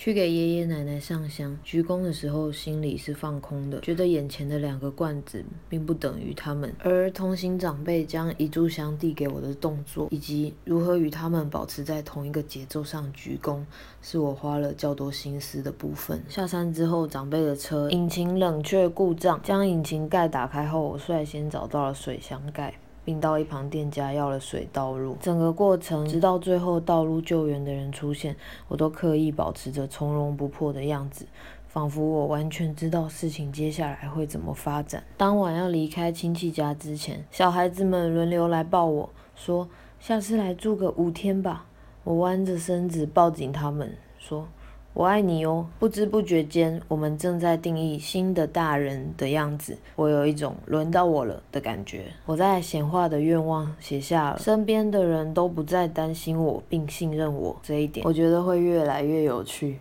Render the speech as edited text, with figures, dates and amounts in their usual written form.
去给爷爷奶奶上香。鞠躬的时候心里是放空的，觉得眼前的2个罐子并不等于他们，而同行长辈将一炷香递给我的动作，以及如何与他们保持在同一个节奏上鞠躬，是我花了较多心思的部分。下山之后，长辈的车引擎冷却故障，将引擎盖打开后，我率先找到了水箱盖，并到一旁店家要了水倒入。整个过程直到最后道路救援的人出现，我都刻意保持着从容不迫的样子，仿佛我完全知道事情接下来会怎么发展。当晚要离开亲戚家之前，小孩子们轮流来抱我，说下次来住个5天吧。我弯着身子抱紧他们，说我爱你哦。不知不觉间，我们正在定义新的大人的样子。我有一种轮到我了的感觉。我在显化的愿望写下了身边的人都不再担心我并信任我这一点，我觉得会越来越有趣。